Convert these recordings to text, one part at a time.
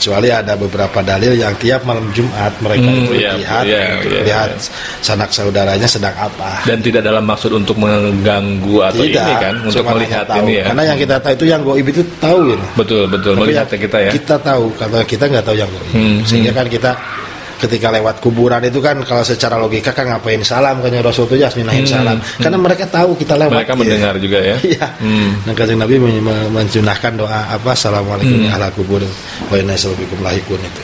kecuali ada beberapa dalil yang tiap malam Jumat mereka itu lihat sanak saudaranya sedang apa. Dan tidak dalam maksud untuk mengganggu atau tidak, ini kan, untuk melihat tahu. ini ya. Karena yang kita tahu itu yang gaib itu tahu gitu. Betul melihat kita ya. Kita tahu, karena kita nggak tahu yang gaib. Sehingga kan kita ketika lewat kuburan itu kan kalau secara logika kan ngapain salam, kan Rasul itu yasminahin salam. Karena mereka tahu kita lewat. Mereka mendengar juga ya. Iya. Dan Kanjeng Nabi mensunahkan doa apa? Assalamualaikum ya ahlal kubur wa inna bikum lahikun itu.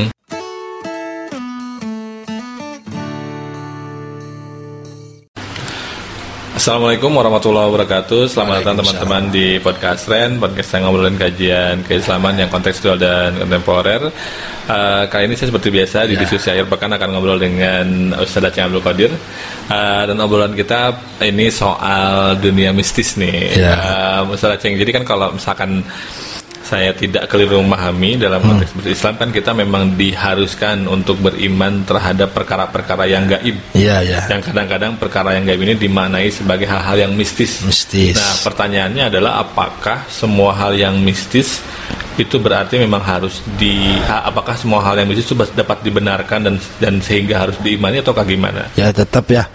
Assalamualaikum warahmatullahi wabarakatuh. Selamat datang teman-teman di podcast yang ngobrolin kajian keislaman yang kontekstual dan kontemporer. Kali ini saya seperti biasa di diskusi akhir pekan akan ngobrol dengan Ustaz Aceng Abdul Qadir. Dan obrolan kita ini soal dunia mistis nih, Ustaz Aceng. Jadi kan kalau misalkan saya tidak keliru memahami dalam konteks berislam kan kita memang diharuskan untuk beriman terhadap perkara-perkara yang gaib. Yang kadang-kadang perkara yang gaib ini dimaknai sebagai hal-hal yang mistis. Nah, pertanyaannya adalah apakah semua hal yang mistis itu berarti memang harus apakah semua hal yang mistis itu dapat dibenarkan dan sehingga harus diimani ataukah gimana? Ya tetap ya.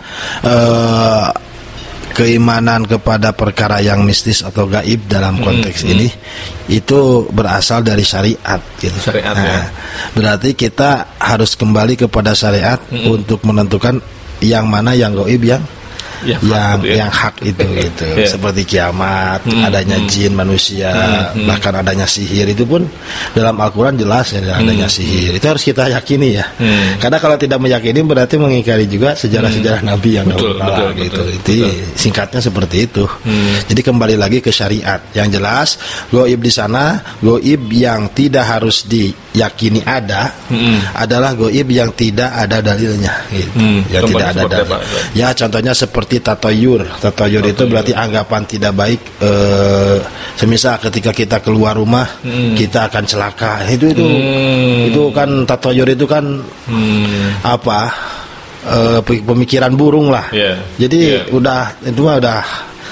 Keimanan kepada perkara yang mistis atau gaib dalam konteks ini itu berasal dari syariat gitu. Berarti kita harus kembali kepada syariat untuk menentukan yang mana yang gaib yang hak itu gitu. Seperti kiamat, adanya jin, manusia, bahkan adanya sihir itu pun dalam Al-Qur'an jelas ya adanya sihir. Itu harus kita yakini ya. Karena kalau tidak meyakini berarti mengingkari juga sejarah-sejarah Nabi yang betul, gitu. Singkatnya seperti itu. Jadi kembali lagi ke syariat. Yang jelas gaib di sana, gaib yang tidak harus diyakini adalah gaib yang tidak ada dalilnya gitu. Yang tidak ada dalil. Ya contohnya seperti tatoyur itu berarti anggapan tidak baik. Semisal ketika kita keluar rumah kita akan celaka. Itu kan tatoyur itu kan pemikiran burung lah. Jadi itu udah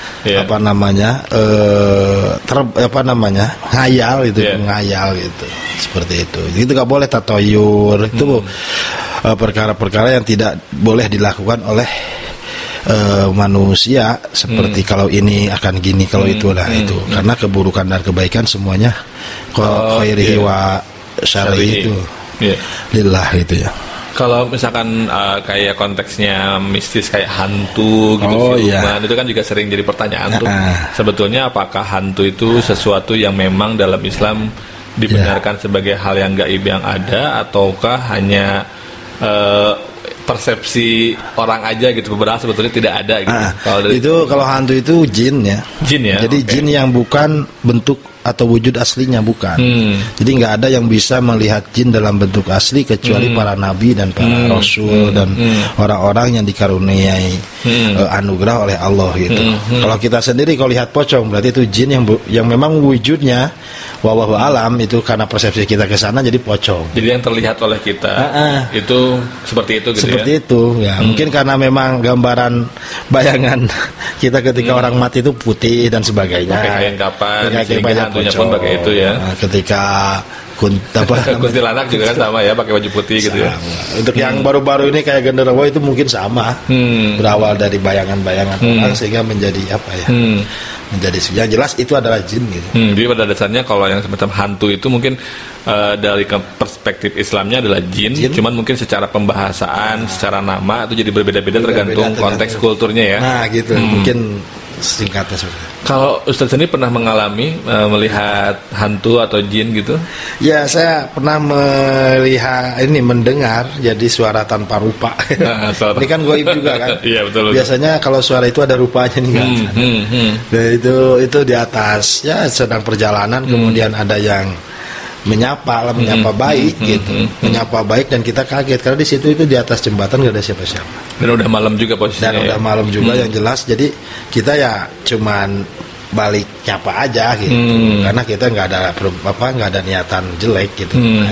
ngayal gitu. Seperti itu. Itu nggak boleh tatoyur. Itu perkara-perkara yang tidak boleh dilakukan oleh manusia seperti kalau ini akan gini, kalau itulah itu. Karena keburukan dan kebaikan semuanya khairihi wa syarri itu lillah gitu ya. Kalau misalkan kayak konteksnya mistis kayak hantu gitu, siluman itu kan juga sering jadi pertanyaan tuh. Sebetulnya apakah hantu itu sesuatu yang memang dalam Islam dibenarkan sebagai hal yang gaib yang ada, ataukah hanya persepsi orang aja gitu, beberapa sebetulnya tidak ada gitu. Kalau hantu itu jin ya. Jadi jin yang bukan bentuk atau wujud aslinya bukan. Jadi nggak ada yang bisa melihat jin dalam bentuk asli kecuali para nabi dan para rasul dan orang-orang yang dikaruniai anugerah oleh Allah gitu. Kalau kita sendiri kalau lihat pocong berarti itu jin yang memang wujudnya wallahu alam itu karena persepsi kita ke sana jadi pocong. Jadi yang terlihat oleh kita itu seperti itu gitu. Seperti itu ya. Mungkin karena memang gambaran bayangan kita ketika orang mati itu putih dan sebagainya. Pakai kain kapan sehingga hantunya pun pakai itu ya. Ketika kuntilanak juga kan sama ya, pakai baju putih gitu ya. Untuk yang baru-baru ini kayak genderuwo itu mungkin sama. Berawal dari bayangan-bayangan orang sehingga menjadi menjadi yang jelas itu adalah jin gitu. Jadi pada dasarnya kalau yang semacam hantu itu mungkin dari perspektif Islamnya adalah jin, cuman mungkin secara pembahasaan, secara nama itu jadi berbeda-beda tergantung konteks kulturnya ya. Nah gitu, mungkin singkatnya seperti itu. Kalau Ustadz sendiri pernah mengalami melihat hantu atau jin gitu? Ya saya pernah mendengar jadi suara tanpa rupa. Ini kan gaib juga kan. Iya betul. Biasanya kalau suara itu ada rupanya nih kan. Dan itu di atas ya sedang perjalanan kemudian ada yang menyapa baik gitu. Menyapa baik dan kita kaget karena di situ itu di atas jembatan nggak ada siapa-siapa. Dan udah malam juga posisinya. Dan udah malam juga yang jelas. Jadi kita ya cuman balik nyapa aja gitu. Karena kita nggak ada niatan jelek gitu.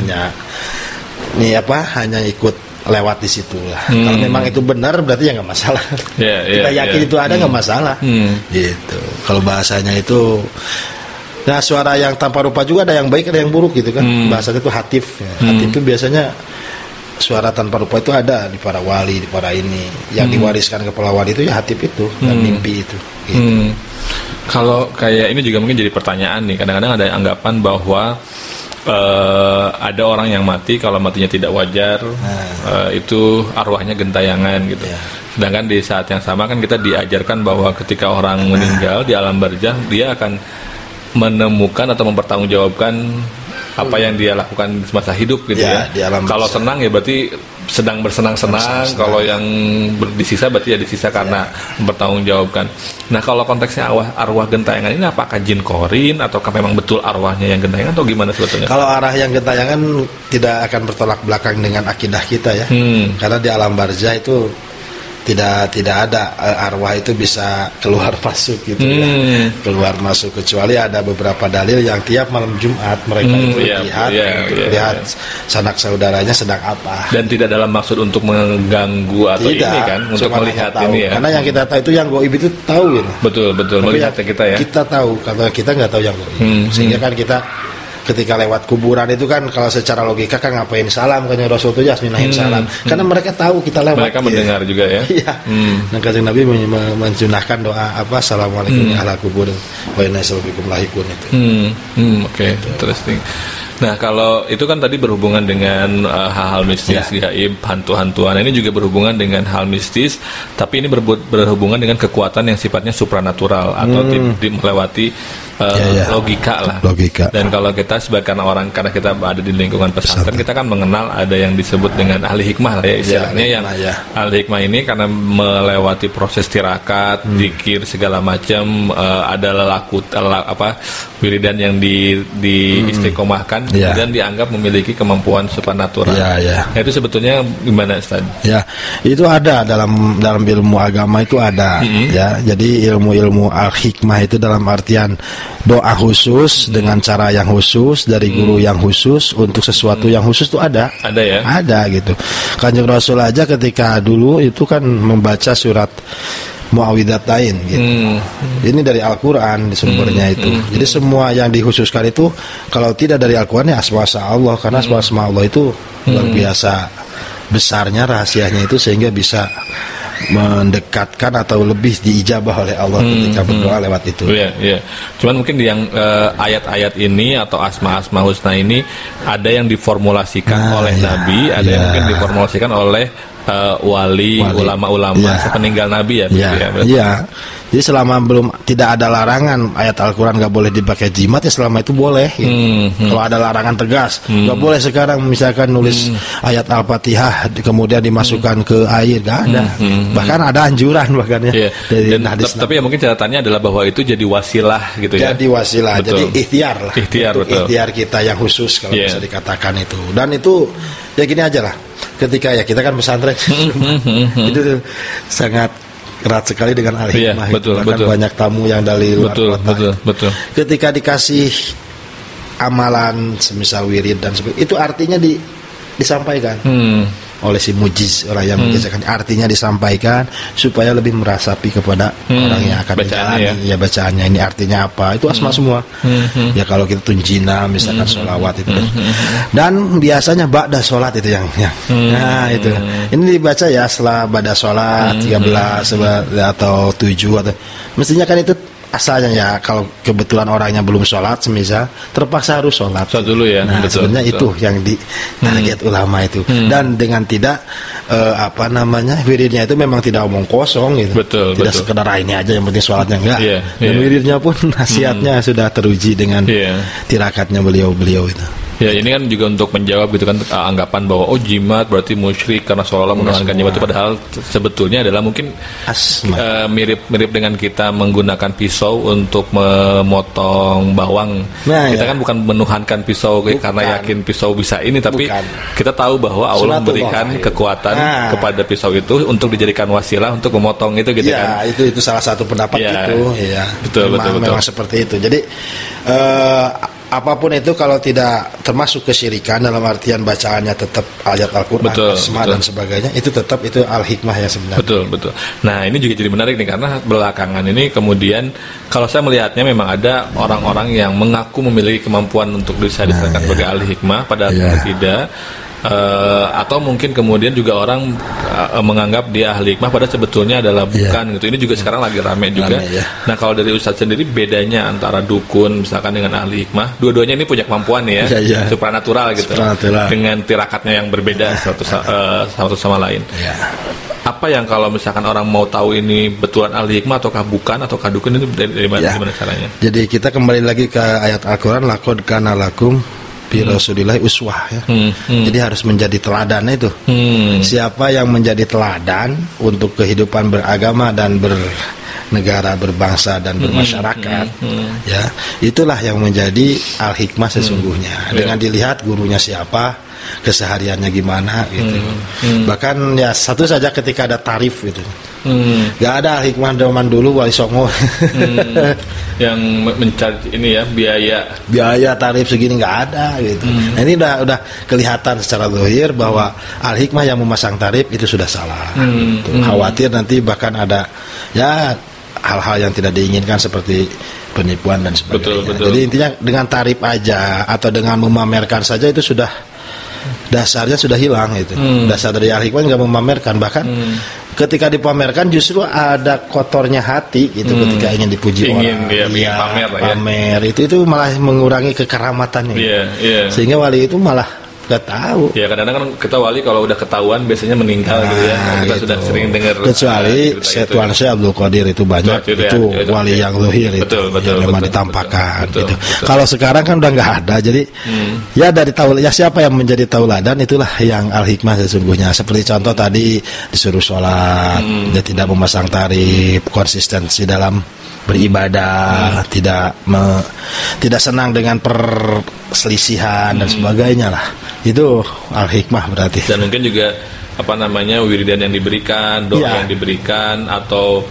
Hanya ikut lewat di situ lah. Kalau memang itu benar berarti ya nggak masalah. Kita yakin itu ada nggak masalah. Gitu. Kalau bahasanya itu Nah, suara yang tanpa rupa juga ada yang baik, ada yang buruk gitu kan. Bahasanya itu hatif. Hatif itu biasanya suara tanpa rupa itu ada di para wali, di para ini. Yang diwariskan kepala wali itu ya hatif itu dan mimpi itu. Gitu. Kalau kayak ini juga mungkin jadi pertanyaan nih. Kadang-kadang ada anggapan bahwa ada orang yang mati, kalau matinya tidak wajar, itu arwahnya gentayangan gitu. Sedangkan di saat yang sama kan kita diajarkan bahwa ketika orang meninggal di alam barzah, dia akan menemukan atau mempertanggungjawabkan apa yang dia lakukan di masa hidup gitu ya. Kalau senang ya berarti sedang bersenang-senang, kalau yang disisa berarti ya disisa karena mempertanggungjawabkan. Nah, kalau konteksnya arwah gentayangan ini apakah jin korin ataukah memang betul arwahnya yang gentayangan atau gimana sebetulnya? Kalau arah yang gentayangan tidak akan bertolak belakang dengan akidah kita ya. Karena di alam barzah itu tidak ada arwah itu bisa keluar masuk gitu ya. Keluar masuk, kecuali ada beberapa dalil yang tiap malam Jumat mereka itu lihat sanak saudaranya sedang apa. Dan tidak dalam maksud untuk mengganggu atau tidak, ini kan, untuk melihat ini ya. Karena yang kita tahu itu yang gaib itu tahu gitu. Betul melihatnya kita ya. Kita tahu, karena kita nggak tahu yang gaib. Sehingga kan kita ketika lewat kuburan itu kan kalau secara logika kan ngapain salam, kan Rasul itu jasminahin salam, karena mereka tahu kita lewat. Mereka mendengar juga ya. Iya. Dan Kanjeng Nabi menjunahkan doa apa, assalamualaikum ya ahla kubur wa inna bikum lahikun itu. Oke, interesting. Nah, kalau itu kan tadi berhubungan dengan hal-hal mistis, gaib, hantu-hantuan. Ini juga berhubungan dengan hal mistis, tapi ini berhubungan dengan kekuatan yang sifatnya supranatural atau melewati logika lah. Dan kalau kita sebagai orang, karena kita ada di lingkungan pesantren, kita kan mengenal ada yang disebut dengan ahli hikmah lah ya istilahnya. Ahli hikmah ini karena melewati proses tirakat, zikir segala macam, ada wiridan yang diistiqomahkan dan dianggap memiliki kemampuan supranatural. Nah, itu sebetulnya gimana, Ustaz? Ya, itu ada dalam ilmu agama itu ada. Ya, jadi ilmu al-hikmah itu dalam artian doa khusus dengan cara yang khusus dari guru yang khusus untuk sesuatu yang khusus itu ada. Ada ya? Ada gitu. Kanjeng Rasul aja ketika dulu itu kan membaca surat Muawwidzatain gitu. Ini dari Al-Qur'an di sumbernya itu. Jadi semua yang dikhususkan itu kalau tidak dari Al-Qur'an ya asma Allah, karena asma Allah itu luar biasa besarnya rahasianya itu sehingga bisa mendekatkan atau lebih diijabah oleh Allah ketika berdoa lewat itu. Iya. Cuman mungkin yang ayat-ayat ini atau asma-asma husna ini ada yang diformulasikan oleh Nabi, ada yang mungkin diformulasikan oleh wali, ulama-ulama sepeninggal Nabi ya. Iya. Jadi selama tidak ada larangan ayat Al-Quran nggak boleh dipakai jimat ya selama itu boleh. Gitu. Kalau ada larangan tegas nggak boleh sekarang misalkan nulis ayat Al-Fatihah kemudian dimasukkan ke air, nggak ada. Bahkan ada anjuran bahkan ya. Dan tapi ya mungkin catatannya adalah bahwa itu jadi wasilah gitu ya. Jadi wasilah, jadi ikhtiar lah. Ikhtiar kita yang khusus kalau bisa dikatakan itu. Dan itu ya gini aja lah. Ketika ya kita kan pesantren itu sangat erat sekali dengan al-hikmah. Bahkan banyak tamu yang dari luar kota. Betul. Ketika dikasih amalan semisal wirid dan sebagainya, itu artinya disampaikan oleh si mujiz, orang yang mengisahkan, artinya disampaikan supaya lebih merasapi kepada orang yang akan menjalani bacaannya ini artinya apa, itu asma semua. Ya kalau kita tunjina misalkan sholawat itu dan biasanya ba'da sholat itu yang nah itu ini dibaca ya setelah ba'da sholat 13 atau 7 atau mestinya kan itu asalnya ya kalau kebetulan orangnya belum sholat semisal terpaksa harus sholat dulu ya. Nah sebenarnya itu yang di target ulama itu dan dengan tidak wiridnya itu memang tidak omong kosong gitu. Tidak sekedar ini aja yang penting sholatnya enggak. Dan wiridnya pun nasihatnya sudah teruji dengan tirakatnya beliau itu. Ya ini kan juga untuk menjawab gitu kan anggapan bahwa jimat berarti musyrik karena seolah-olah menuhankan jimat itu, padahal sebetulnya adalah mungkin mirip dengan kita menggunakan pisau untuk memotong bawang. Kita kan bukan menuhankan pisau karena yakin pisau bisa ini, tapi kita tahu bahwa Allah memberikan kekuatan kepada pisau itu untuk dijadikan wasilah untuk memotong itu gitu kan. Ya itu salah satu pendapat itu. Betul. Memang seperti itu. Jadi apapun itu kalau tidak termasuk kesyirikan dalam artian bacaannya tetap ayat Al-Quran, asma dan sebagainya, itu tetap itu al-hikmah ya sebenarnya. Betul. Nah ini juga jadi menarik nih, karena belakangan ini kemudian kalau saya melihatnya memang ada orang-orang yang mengaku memiliki kemampuan untuk bisa disebutkan sebagai al-hikmah padahal tidak. Atau mungkin kemudian juga orang menganggap dia ahli hikmah padahal sebetulnya adalah bukan gitu. Ini juga sekarang lagi rame juga. Nah kalau dari Ustadz sendiri, bedanya antara dukun misalkan dengan ahli hikmah, dua-duanya ini punya kemampuan ya, supranatural gitu, dengan tirakatnya yang berbeda satu sama lain. Apa yang kalau misalkan orang mau tahu ini betulan ahli hikmah ataukah bukan, ataukah dukun, itu dari mana caranya? Jadi kita kembali lagi ke ayat Al-Quran, laqad kana lakum fi Rasulillah uswah ya. Jadi harus menjadi teladan itu. Siapa yang menjadi teladan untuk kehidupan beragama dan bernegara, berbangsa dan bermasyarakat, ya, itulah yang menjadi al-hikmah sesungguhnya. Dengan dilihat gurunya siapa, kesehariannya gimana gitu. Bahkan ya satu saja ketika ada tarif gitu. Gak ada hikmah zaman dulu Wali Songo yang mencari ini ya, biaya tarif segini nggak ada gitu. Nah ini udah kelihatan secara zahir bahwa al hikmah yang memasang tarif itu sudah salah. Khawatir nanti bahkan ada ya hal-hal yang tidak diinginkan seperti penipuan dan sebagainya. Betul. Jadi intinya dengan tarif aja atau dengan memamerkan saja itu sudah dasarnya sudah hilang itu. Dasar dari al hikmah nggak memamerkan, bahkan ketika dipamerkan justru ada kotornya hati gitu. Ketika ingin dipuji orang, pamer itu malah mengurangi kekeramatannya. Sehingga wali itu malah gak tahu. Ya kadang-kadang kan kita wali kalau udah ketahuan biasanya meninggal gitu ya. Kita gitu. Sudah sering dengar. Kecuali Tuan Syekh Abdul Qadir itu banyak itu wali yang zahir itu. Yang memang ditampakkan gitu. Kalau sekarang kan udah nggak ada. Jadi ya dari ya siapa yang menjadi tauladan itulah yang al hikmah sesungguhnya. Seperti contoh tadi disuruh sholat, dia tidak memasang tarif, konsistensi dalam beribadah, tidak senang dengan perselisihan dan sebagainya lah. Itu al-hikmah berarti. Dan mungkin juga wiridan yang diberikan, doa yang diberikan, atau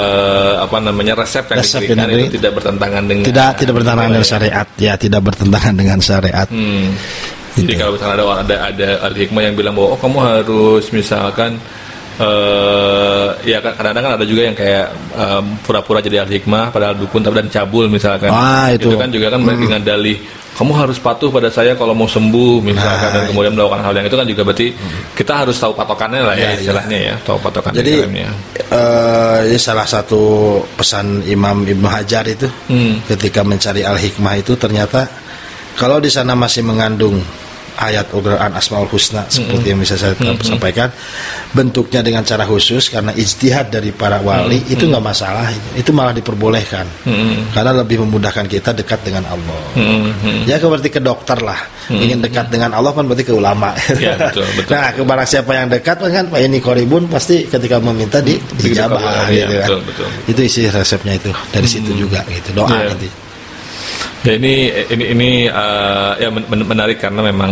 resep yang diberikan itu tidak bertentangan dengan tidak bertentangan dengan syariat. Ya, tidak bertentangan dengan syariat. Jadi kalau misalnya ada al-hikmah yang bilang bahwa kamu harus misalkan ya kadang-kadang kan ada juga yang kayak pura-pura jadi ahli hikmah padahal dukun dan cabul misalkan. Itu kan juga kan dengan dalih kamu harus patuh pada saya kalau mau sembuh misalkan, dan kemudian melakukan hal yang itu kan juga berarti kita harus tahu patokannya lah ya istilahnya ya, tahu patokan. Jadi ini salah satu pesan Imam Ibnu Hajar itu ketika mencari al hikmah itu ternyata kalau di sana masih mengandung ayat Al-Quran Asmaul Husna seperti yang bisa saya sampaikan, bentuknya dengan cara khusus karena ijtihad dari para wali, itu nggak masalah, itu malah diperbolehkan karena lebih memudahkan kita dekat dengan Allah. Ya seperti ke dokter lah, ingin dekat dengan Allah kan berarti ke ulama. Betul. Nah ke barang siapa yang dekat kan Pak ini koribun pasti ketika meminta dijabah gitu kan. Betul. Itu isi resepnya itu dari situ juga gitu, doa nanti. Ya ini menarik karena memang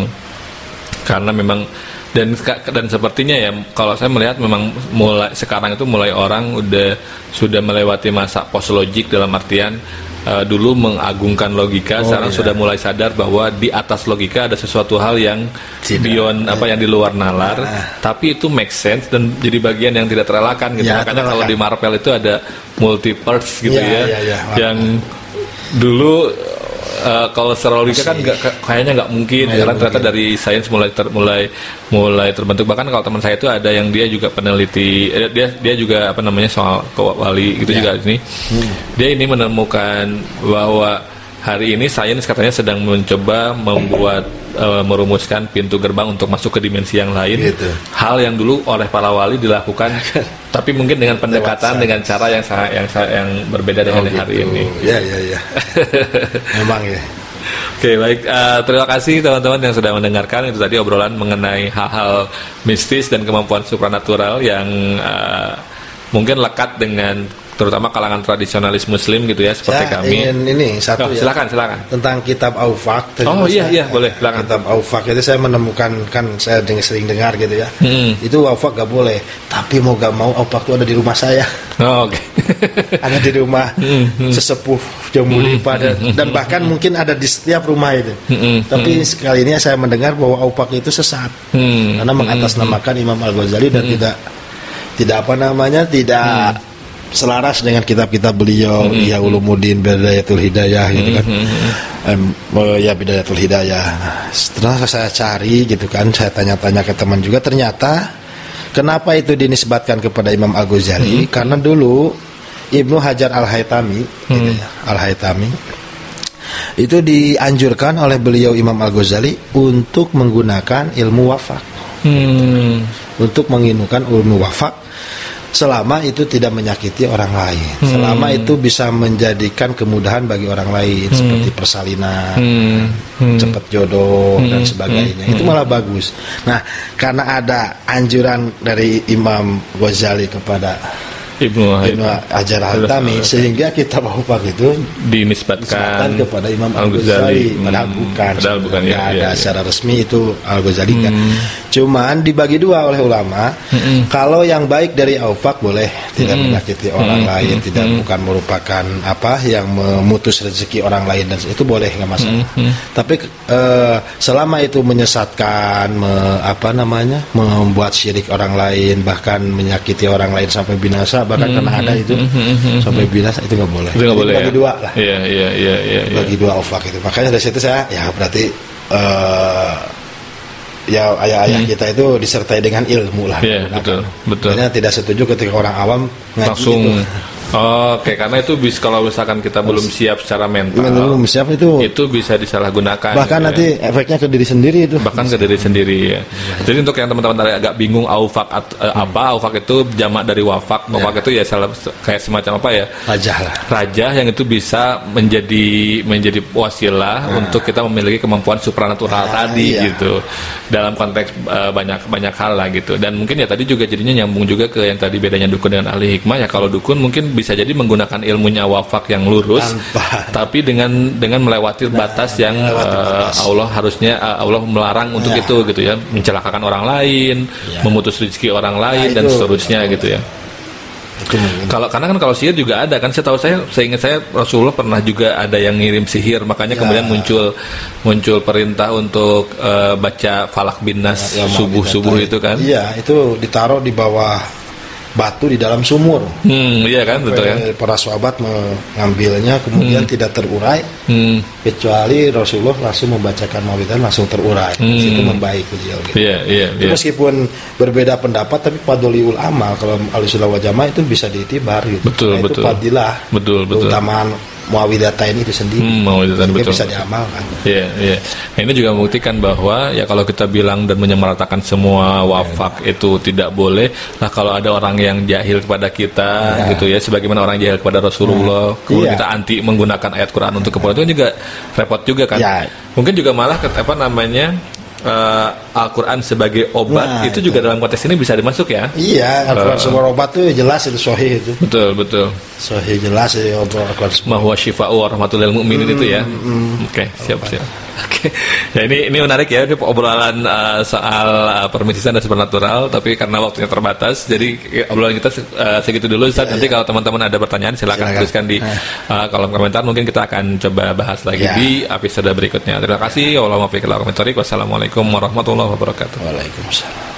dan sepertinya ya kalau saya melihat memang mulai orang sudah melewati masa post logik, dalam artian dulu mengagungkan logika, sekarang sudah mulai sadar bahwa di atas logika ada sesuatu hal yang beyond yang di luar nalar, tapi itu make sense dan jadi bagian yang tidak terelakkan gitu. Makanya kalau di Marvel itu ada multiverse gitu yang dulu kalau secara logika kan kayaknya nggak mungkin, karena ternyata dari sains mulai terbentuk. Bahkan kalau teman saya itu ada yang dia juga peneliti, dia juga soal wali gitu juga ini. Dia ini menemukan bahwa hari ini sains katanya sedang mencoba merumuskan pintu gerbang untuk masuk ke dimensi yang lain. Hal yang dulu oleh para wali dilakukan tapi mungkin dengan pendekatan dengan cara yang berbeda dengan hari ini. Ya. Memang ya. Oke, baik. Terima kasih teman-teman yang sudah mendengarkan. Itu tadi obrolan mengenai hal-hal mistis dan kemampuan supranatural yang mungkin lekat dengan terutama kalangan tradisionalis Muslim gitu ya, seperti kami. Ini satu silakan. Tentang kitab Awfaq. Iya, boleh, silakan. Kitab Awfaq itu saya menemukan, kan saya sering dengar gitu ya. Itu Awfaq gak boleh, tapi mau gak mau Awfaq itu ada di rumah saya. Oke. Ada di rumah sesepuh Jomuli pada dan bahkan mungkin ada di setiap rumah itu. Tapi sekali ini saya mendengar bahwa aupak itu sesat karena mengatasnamakan Imam Al-Ghazali dan tidak selaras dengan kitab-kitab beliau, Ihya Ulumuddin, Bidayatul Hidayah gitu kan. Bidayatul Hidayah. Setelah saya cari gitu kan, saya tanya-tanya ke teman juga, ternyata kenapa itu dinisbatkan kepada Imam Al-Ghazali? Karena dulu Ibnu Hajar Al-Haytami gitu ya, Al-Haytami itu dianjurkan oleh beliau Imam Al-Ghazali untuk menggunakan ilmu wafak, untuk menginukan ilmu wafak selama itu tidak menyakiti orang lain, selama itu bisa menjadikan kemudahan bagi orang lain, seperti persalinan, cepat jodoh dan sebagainya. Itu malah bagus. Nah, karena ada anjuran dari Imam Ghazali kepada Ibnu Hajar Al-Haytami, sehingga kitab aupak itu dinisbatkan kepada Imam Al-Ghazali, padahal bukan ada secara resmi itu Al-Ghazali kan. Cuman dibagi dua oleh ulama. Kalau yang baik dari aupak boleh, tidak menyakiti orang lain, tidak bukan merupakan yang memutus rezeki orang lain, dan itu boleh, nggak masalah. Tapi selama itu menyesatkan, membuat syirik orang lain, bahkan menyakiti orang lain sampai binasa, bahkan karena ada itu sampai binasa, itu nggak boleh. Itu nggak boleh. Bagi dua lah. Iya. Bagi dua aupak itu. Makanya dari situ saya berarti ayah-ayah kita itu disertai dengan ilmu lah. Iya, betul. Makanya tidak setuju ketika orang awam ngaji langsung itu. Oke, karena itu kalau misalkan kita belum siap secara mental, belum siap itu bisa disalahgunakan. Bahkan gitu nanti efeknya ke diri sendiri itu. Bahkan ke diri sendiri ya. Jadi untuk yang teman-teman agak bingung aufak aufak itu jamak dari wafak. Wafak itu ya kayak semacam raja yang itu bisa menjadi wasilah untuk kita memiliki kemampuan supranatural tadi gitu. Dalam konteks banyak hal lah gitu. Dan mungkin ya tadi juga jadinya nyambung juga ke yang tadi bedanya dukun dengan ahli hikmah ya. Kalau dukun mungkin bisa jadi menggunakan ilmunya wafak yang lurus, tapi dengan melewati batas yang Allah melarang untuk itu gitu ya, mencelakakan orang lain, memutus rezeki orang lain dan seterusnya gitu ya. Karena kalau sihir juga ada kan, saya ingat saya Rasulullah pernah juga ada yang ngirim sihir, makanya kemudian muncul perintah untuk baca falak bin nas subuh itu kan. Iya, itu ditaruh di bawah batu di dalam sumur. Iya kan, betul ya. Para sahabat mengambilnya kemudian tidak terurai, kecuali Rasulullah langsung membacakan mawidah langsung terurai. Itu membaik beliau. Gitu. Iya. Meskipun berbeda pendapat, tapi fadlul amal kalau Ahlussunnah wal Jamaah itu bisa diitibar gitu. Betul. Itu fadilah. Betul. Keutamaan muawidatain itu sendiri. Itu bisa diamalkan. Iya. Nah, ini juga membuktikan bahwa ya kalau kita bilang dan menyamaratakan semua wafak itu tidak boleh. Nah, kalau ada orang yang jahil kepada kita gitu ya, sebagaimana orang jahil kepada Rasulullah, kemudian kita anti menggunakan ayat Quran untuk keperluan itu juga repot juga kan. Mungkin juga malah Al-Quran sebagai obat itu juga dalam konteks ini bisa dimasuk ya. Iya, Al-Quran sebagai obat itu jelas, itu sahih itu. Betul. Sahih jelas ya Al-Quran. Mahwa syifa'u wa rahmatul lil mu'minin itu ya. Oke, siap. Oke. Ya ini menarik ya, ini obrolan soal permisisan dan supernatural, tapi karena waktunya terbatas, jadi obrolan kita segitu dulu Ustaz. Nanti kalau teman-teman ada pertanyaan silakan tuliskan di kolom komentar, mungkin kita akan coba bahas lagi di episode berikutnya. Terima kasih. Wassalamualaikum warahmatullahi wabarakatuh. Waalaikumsalam.